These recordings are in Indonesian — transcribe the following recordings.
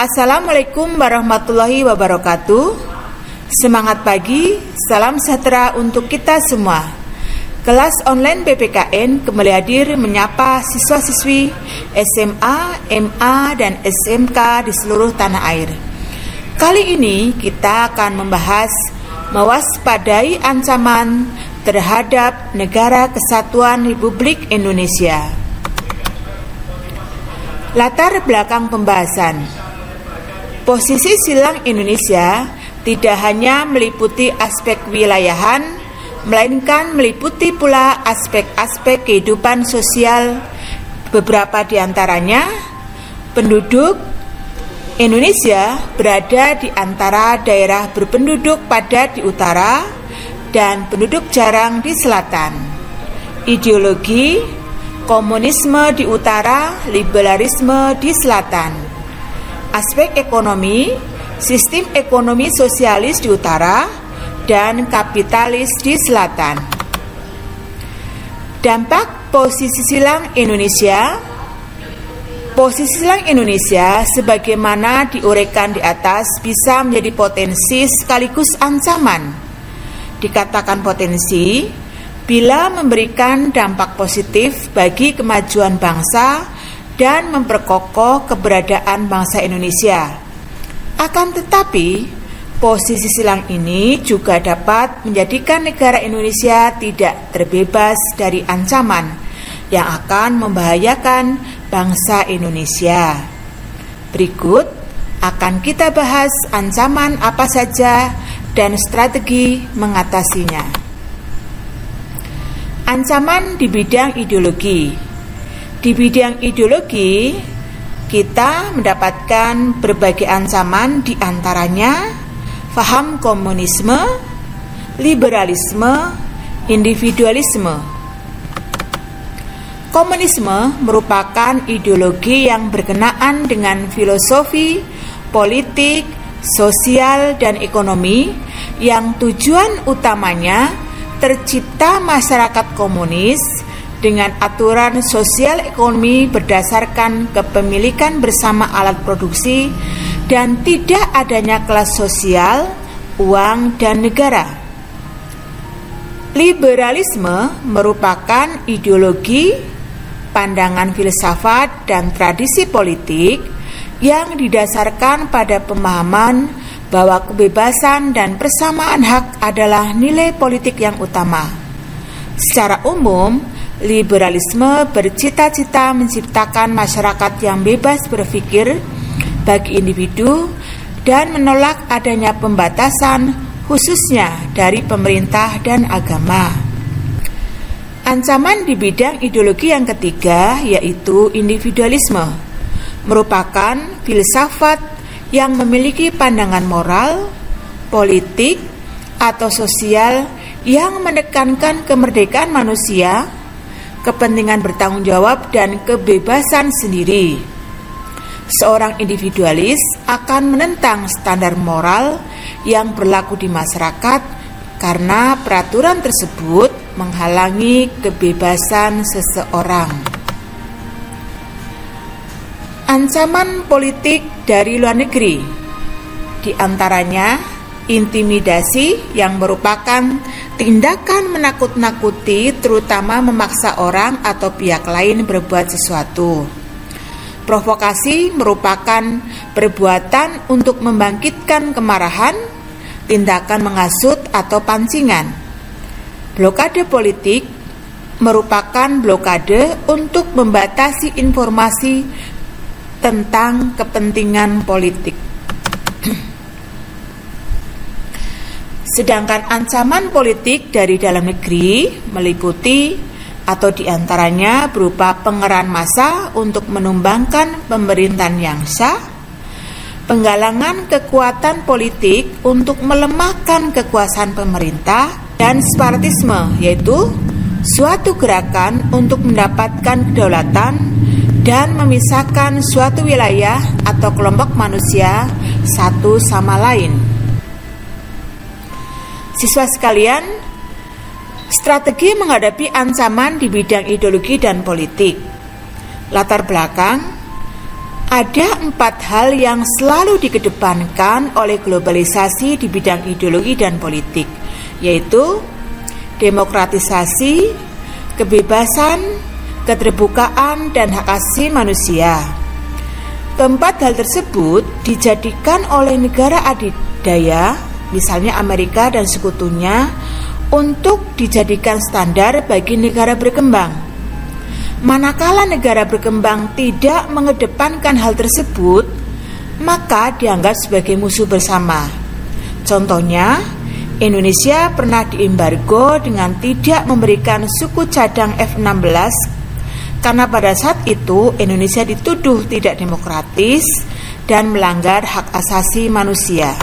Assalamualaikum warahmatullahi wabarakatuh. Semangat pagi, salam sejahtera untuk kita semua. Kelas online PPKN kembali hadir menyapa siswa-siswi SMA, MA, dan SMK di seluruh tanah air. Kali ini kita akan membahas mewaspadai ancaman terhadap Negara Kesatuan Republik Indonesia. Latar belakang pembahasan. Posisi silang Indonesia tidak hanya meliputi aspek wilayahan, melainkan meliputi pula aspek-aspek kehidupan sosial. Beberapa di antaranya, penduduk Indonesia berada di antara daerah berpenduduk padat di utara dan penduduk jarang di selatan. Ideologi, komunisme di utara, liberalisme di selatan. Aspek ekonomi, sistem ekonomi sosialis di utara dan kapitalis di selatan. Dampak posisi silang Indonesia. Posisi silang Indonesia sebagaimana diuraikan di atas bisa menjadi potensi sekaligus ancaman. Dikatakan potensi bila memberikan dampak positif bagi kemajuan bangsa dan memperkokoh keberadaan bangsa Indonesia. Akan tetapi, posisi silang ini juga dapat menjadikan negara Indonesia tidak terbebas dari ancaman yang akan membahayakan bangsa Indonesia. Berikut akan kita bahas ancaman apa saja dan strategi mengatasinya. Ancaman di bidang ideologi. Di bidang ideologi, kita mendapatkan berbagai ancaman, di antaranya paham komunisme, liberalisme, individualisme. Komunisme merupakan ideologi yang berkenaan dengan filosofi, politik, sosial, dan ekonomi yang tujuan utamanya tercipta masyarakat komunis dengan aturan sosial ekonomi berdasarkan kepemilikan bersama alat produksi dan tidak adanya kelas sosial, uang, dan negara. Liberalisme merupakan ideologi, pandangan filsafat, dan tradisi politik yang didasarkan pada pemahaman bahwa kebebasan dan persamaan hak adalah nilai politik yang utama. Secara umum, liberalisme bercita-cita menciptakan masyarakat yang bebas berpikir bagi individu dan menolak adanya pembatasan khususnya dari pemerintah dan agama. Ancaman di bidang ideologi yang ketiga yaitu individualisme, merupakan filsafat yang memiliki pandangan moral, politik, atau sosial yang menekankan kemerdekaan manusia, kepentingan bertanggung jawab, dan kebebasan sendiri. Seorang individualis akan menentang standar moral yang berlaku di masyarakat karena peraturan tersebut menghalangi kebebasan seseorang. Ancaman politik dari luar negeri, di antaranya intimidasi yang merupakan tindakan menakut-nakuti, terutama memaksa orang atau pihak lain berbuat sesuatu. Provokasi merupakan perbuatan untuk membangkitkan kemarahan, tindakan menghasut atau pancingan. Blokade politik merupakan blokade untuk membatasi informasi tentang kepentingan politik. Sedangkan ancaman politik dari dalam negeri meliputi atau diantaranya berupa pengerahan massa untuk menumbangkan pemerintahan yang sah, penggalangan kekuatan politik untuk melemahkan kekuasaan pemerintah, dan separatisme, yaitu suatu gerakan untuk mendapatkan kedaulatan dan memisahkan suatu wilayah atau kelompok manusia satu sama lain. Siswa sekalian, strategi menghadapi ancaman di bidang ideologi dan politik. Latar belakang, Ada 4 hal yang selalu dikedepankan oleh globalisasi di bidang ideologi dan politik, yaitu demokratisasi, kebebasan, keterbukaan, dan hak asasi manusia. Keempat hal tersebut dijadikan oleh negara adidaya, misalnya Amerika dan sekutunya, untuk dijadikan standar bagi negara berkembang. Manakala negara berkembang tidak mengedepankan hal tersebut, maka dianggap sebagai musuh bersama. Contohnya, Indonesia pernah diembargo dengan tidak memberikan suku cadang F-16 karena pada saat itu Indonesia dituduh tidak demokratis dan melanggar hak asasi manusia.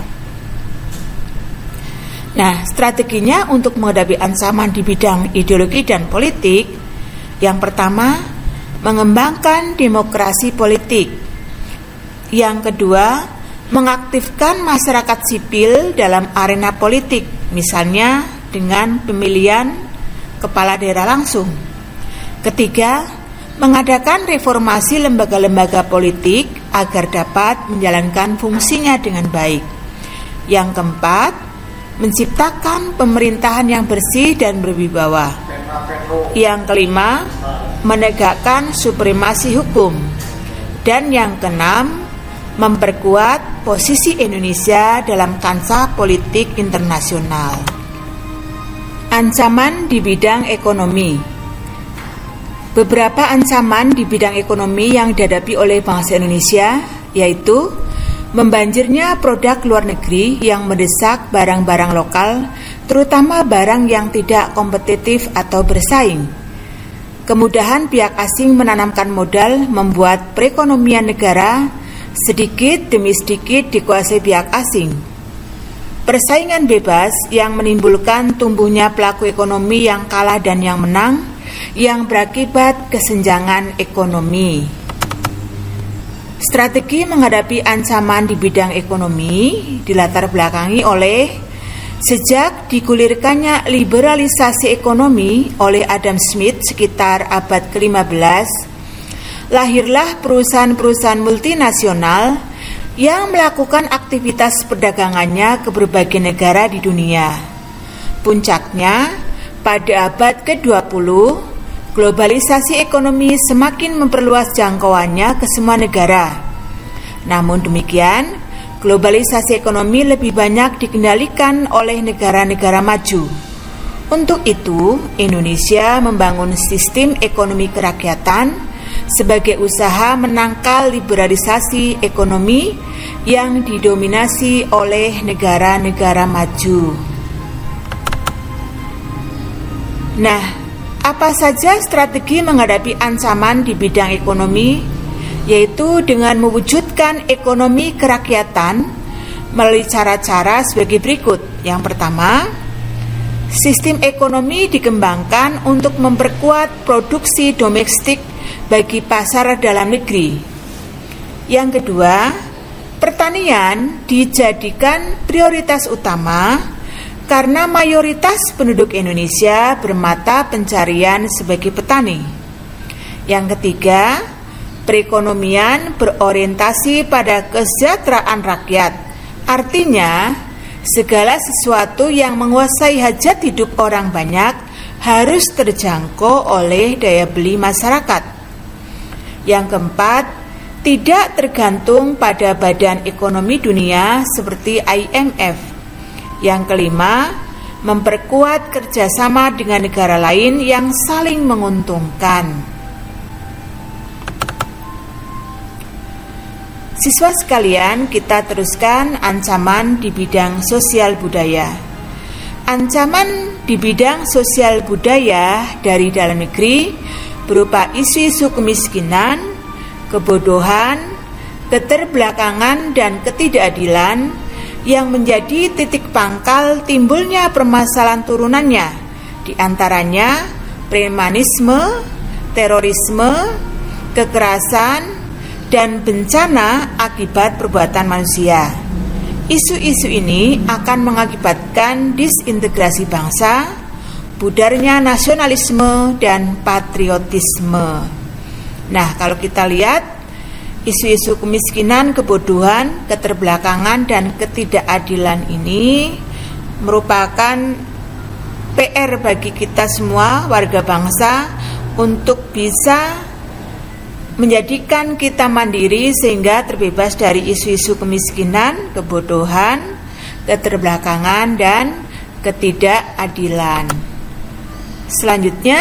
Nah, strateginya untuk menghadapi ancaman di bidang ideologi dan politik, yang pertama, mengembangkan demokrasi politik. Yang kedua, mengaktifkan masyarakat sipil dalam arena politik, misalnya dengan pemilihan kepala daerah langsung. Ketiga, mengadakan reformasi lembaga-lembaga politik agar dapat menjalankan fungsinya dengan baik. Yang keempat, menciptakan pemerintahan yang bersih dan berwibawa. Yang kelima, menegakkan supremasi hukum. Dan yang keenam, memperkuat posisi Indonesia dalam kancah politik internasional. Ancaman di bidang ekonomi. Beberapa ancaman di bidang ekonomi yang dihadapi oleh bangsa Indonesia yaitu membanjirnya produk luar negeri yang mendesak barang-barang lokal, terutama barang yang tidak kompetitif atau bersaing. Kemudahan pihak asing menanamkan modal membuat perekonomian negara sedikit demi sedikit dikuasai pihak asing. Persaingan bebas yang menimbulkan tumbuhnya pelaku ekonomi yang kalah dan yang menang, yang berakibat kesenjangan ekonomi. Strategi menghadapi ancaman di bidang ekonomi dilatar belakangi oleh sejak digulirkannya liberalisasi ekonomi oleh Adam Smith sekitar abad ke-15, lahirlah perusahaan-perusahaan multinasional yang melakukan aktivitas perdagangannya ke berbagai negara di dunia. Puncaknya, pada abad ke-20, globalisasi ekonomi semakin memperluas jangkauannya ke semua negara. Namun demikian, globalisasi ekonomi lebih banyak dikendalikan oleh negara-negara maju. Untuk itu, Indonesia membangun sistem ekonomi kerakyatan sebagai usaha menangkal liberalisasi ekonomi yang didominasi oleh negara-negara maju. Nah, apa saja strategi menghadapi ancaman di bidang ekonomi? Yaitu dengan mewujudkan ekonomi kerakyatan melalui cara-cara sebagai berikut. Yang pertama, sistem ekonomi dikembangkan untuk memperkuat produksi domestik bagi pasar dalam negeri. Yang kedua, pertanian dijadikan prioritas utama karena mayoritas penduduk Indonesia bermata pencarian sebagai petani. Yang ketiga, perekonomian berorientasi pada kesejahteraan rakyat. Artinya, segala sesuatu yang menguasai hajat hidup orang banyak harus terjangkau oleh daya beli masyarakat. Yang keempat, tidak tergantung pada Badan Ekonomi Dunia seperti IMF. Yang kelima, memperkuat kerjasama dengan negara lain yang saling menguntungkan. Siswa sekalian, kita teruskan ancaman di bidang sosial budaya. Ancaman di bidang sosial budaya dari dalam negeri berupa isu-isu kemiskinan, kebodohan, keterbelakangan, dan ketidakadilan yang menjadi titik pangkal timbulnya permasalahan turunannya, di antaranya premanisme, terorisme, kekerasan, dan bencana akibat perbuatan manusia. Isu-isu ini akan mengakibatkan disintegrasi bangsa, pudarnya nasionalisme dan patriotisme. Nah, kalau kita lihat Isu-isu kemiskinan, kebodohan, keterbelakangan, dan ketidakadilan ini merupakan PR bagi kita semua warga bangsa untuk bisa menjadikan kita mandiri sehingga terbebas dari isu-isu kemiskinan, kebodohan, keterbelakangan, dan ketidakadilan. Selanjutnya,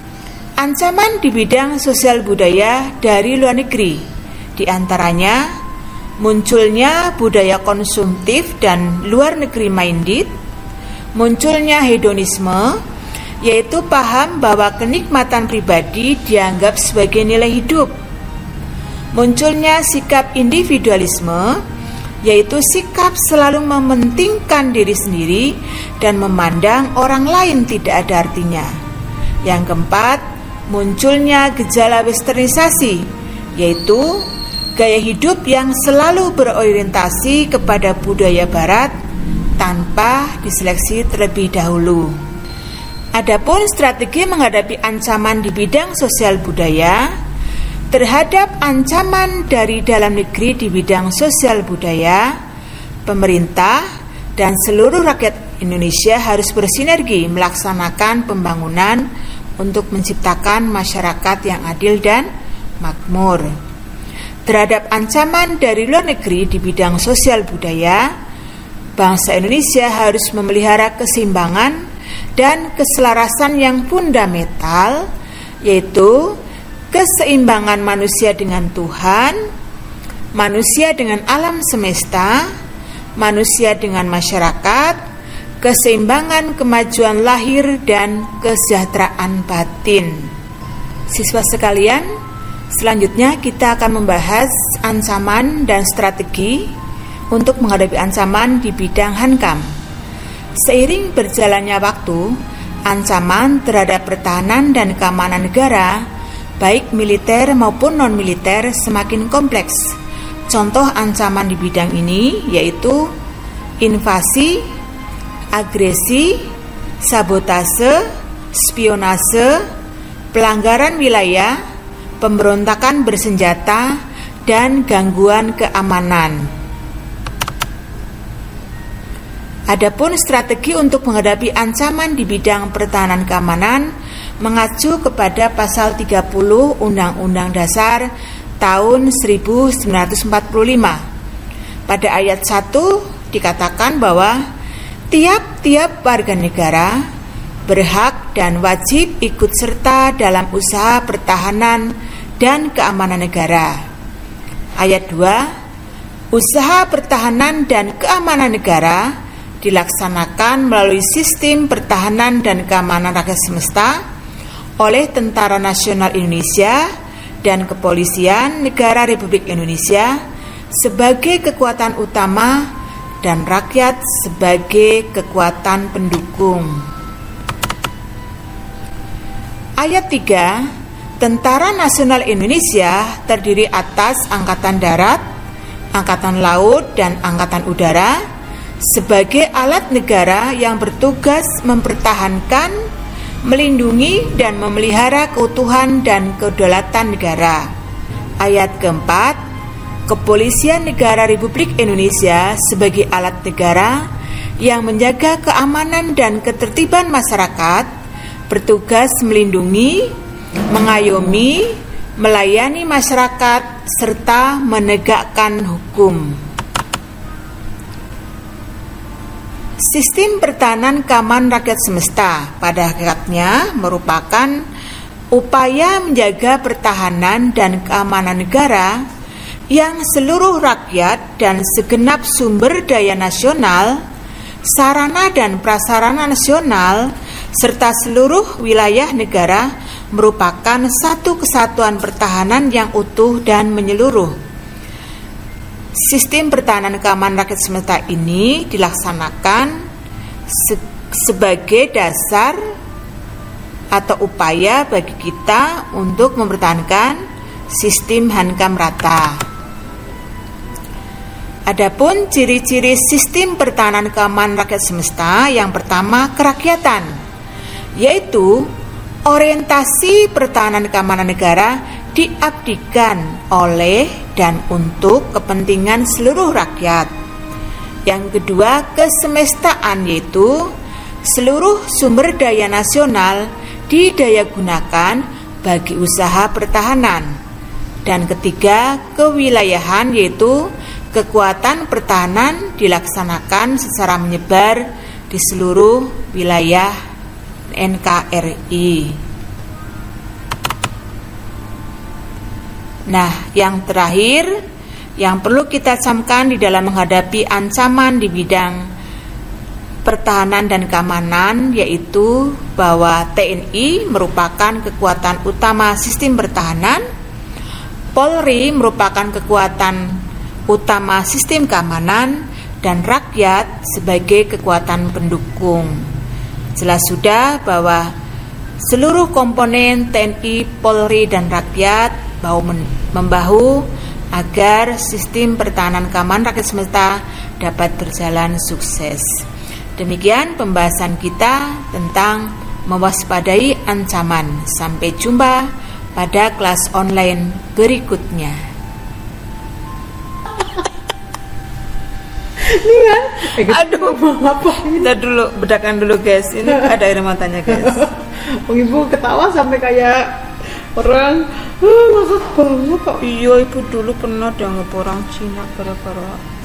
ancaman di bidang sosial budaya dari luar negeri. Di antaranya, munculnya budaya konsumtif dan luar negeri minded, munculnya hedonisme, yaitu paham bahwa kenikmatan pribadi dianggap sebagai nilai hidup, munculnya sikap individualisme, yaitu sikap selalu mementingkan diri sendiri dan memandang orang lain tidak ada artinya. Yang keempat, munculnya gejala westernisasi, yaitu gaya hidup yang selalu berorientasi kepada budaya barat tanpa diseleksi terlebih dahulu. Adapun strategi menghadapi ancaman di bidang sosial budaya. Terhadap ancaman dari dalam negeri di bidang sosial budaya, pemerintah dan seluruh rakyat Indonesia harus bersinergi melaksanakan pembangunan untuk menciptakan masyarakat yang adil dan makmur. Terhadap ancaman dari luar negeri di bidang sosial budaya, bangsa Indonesia harus memelihara keseimbangan dan keselarasan yang fundamental, yaitu keseimbangan manusia dengan Tuhan, manusia dengan alam semesta, manusia dengan masyarakat, keseimbangan kemajuan lahir dan kesejahteraan batin. Siswa sekalian, selanjutnya kita akan membahas ancaman dan strategi untuk menghadapi ancaman di bidang Hankam. Seiring berjalannya waktu, ancaman terhadap pertahanan dan keamanan negara, baik militer maupun non-militer, semakin kompleks. Contoh ancaman di bidang ini yaitu invasi, agresi, sabotase, spionase, pelanggaran wilayah, pemberontakan bersenjata, dan gangguan keamanan. Adapun strategi untuk menghadapi ancaman di bidang pertahanan keamanan mengacu kepada pasal 30 Undang-Undang Dasar tahun 1945. Pada ayat 1 dikatakan bahwa tiap-tiap warga negara berhak dan wajib ikut serta dalam usaha pertahanan dan keamanan negara. Ayat 2, usaha pertahanan dan keamanan negara dilaksanakan melalui sistem pertahanan dan keamanan rakyat semesta oleh Tentara Nasional Indonesia dan Kepolisian Negara Republik Indonesia sebagai kekuatan utama dan rakyat sebagai kekuatan pendukung. Ayat 3, Tentara Nasional Indonesia terdiri atas Angkatan Darat, Angkatan Laut, dan Angkatan Udara sebagai alat negara yang bertugas mempertahankan, melindungi, dan memelihara keutuhan dan kedaulatan negara. Ayat keempat, Kepolisian Negara Republik Indonesia sebagai alat negara yang menjaga keamanan dan ketertiban masyarakat, bertugas melindungi, mengayomi, melayani masyarakat, serta menegakkan hukum. Sistem pertahanan keamanan rakyat semesta pada hakikatnya merupakan upaya menjaga pertahanan dan keamanan negara yang seluruh rakyat dan segenap sumber daya nasional, sarana dan prasarana nasional, serta seluruh wilayah negara merupakan satu kesatuan pertahanan yang utuh dan menyeluruh. Sistem pertahanan keamanan rakyat semesta ini dilaksanakan sebagai dasar atau upaya bagi kita untuk mempertahankan sistem Hankam rata. Adapun ciri-ciri sistem pertahanan keamanan rakyat semesta, yang pertama kerakyatan, yaitu orientasi pertahanan keamanan negara diabdikan oleh dan untuk kepentingan seluruh rakyat. Yang kedua, kesemestaan, yaitu seluruh sumber daya nasional didayagunakan bagi usaha pertahanan. Dan ketiga, kewilayahan, yaitu kekuatan pertahanan dilaksanakan secara menyebar di seluruh wilayah NKRI. Nah, yang terakhir yang perlu kita camkan di dalam menghadapi ancaman di bidang pertahanan dan keamanan, yaitu bahwa TNI merupakan kekuatan utama sistem pertahanan, Polri merupakan kekuatan utama sistem keamanan, dan rakyat sebagai kekuatan pendukung. Jelas sudah bahwa seluruh komponen TNI, Polri, dan rakyat membahu agar sistem pertahanan keamanan rakyat semesta dapat berjalan sukses. Demikian pembahasan kita tentang mewaspadai ancaman. Sampai jumpa pada kelas online berikutnya. Ini kan? Aduh, apa? Kita dulu bedakan dulu guys. Ini ada air matanya guys. Ibu ketawa sampai kayak orang ngakak banget kok. Iya, ibu dulu pernah dianggap orang Cina gara-gara